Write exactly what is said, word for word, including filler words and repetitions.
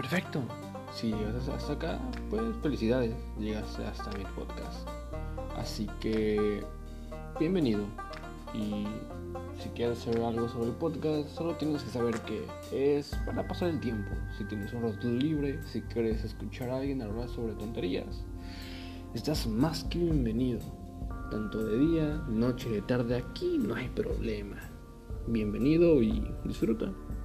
Perfecto. Si llegas hasta acá, pues felicidades, llegaste hasta mi podcast. Así que, bienvenido. Y si quieres saber algo sobre el podcast, solo tienes que saber que es para pasar el tiempo. Si tienes un rato libre, si quieres escuchar a alguien hablar sobre tonterías, estás más que bienvenido. Tanto de día, noche, de tarde, aquí no hay problema. Bienvenido y disfruta.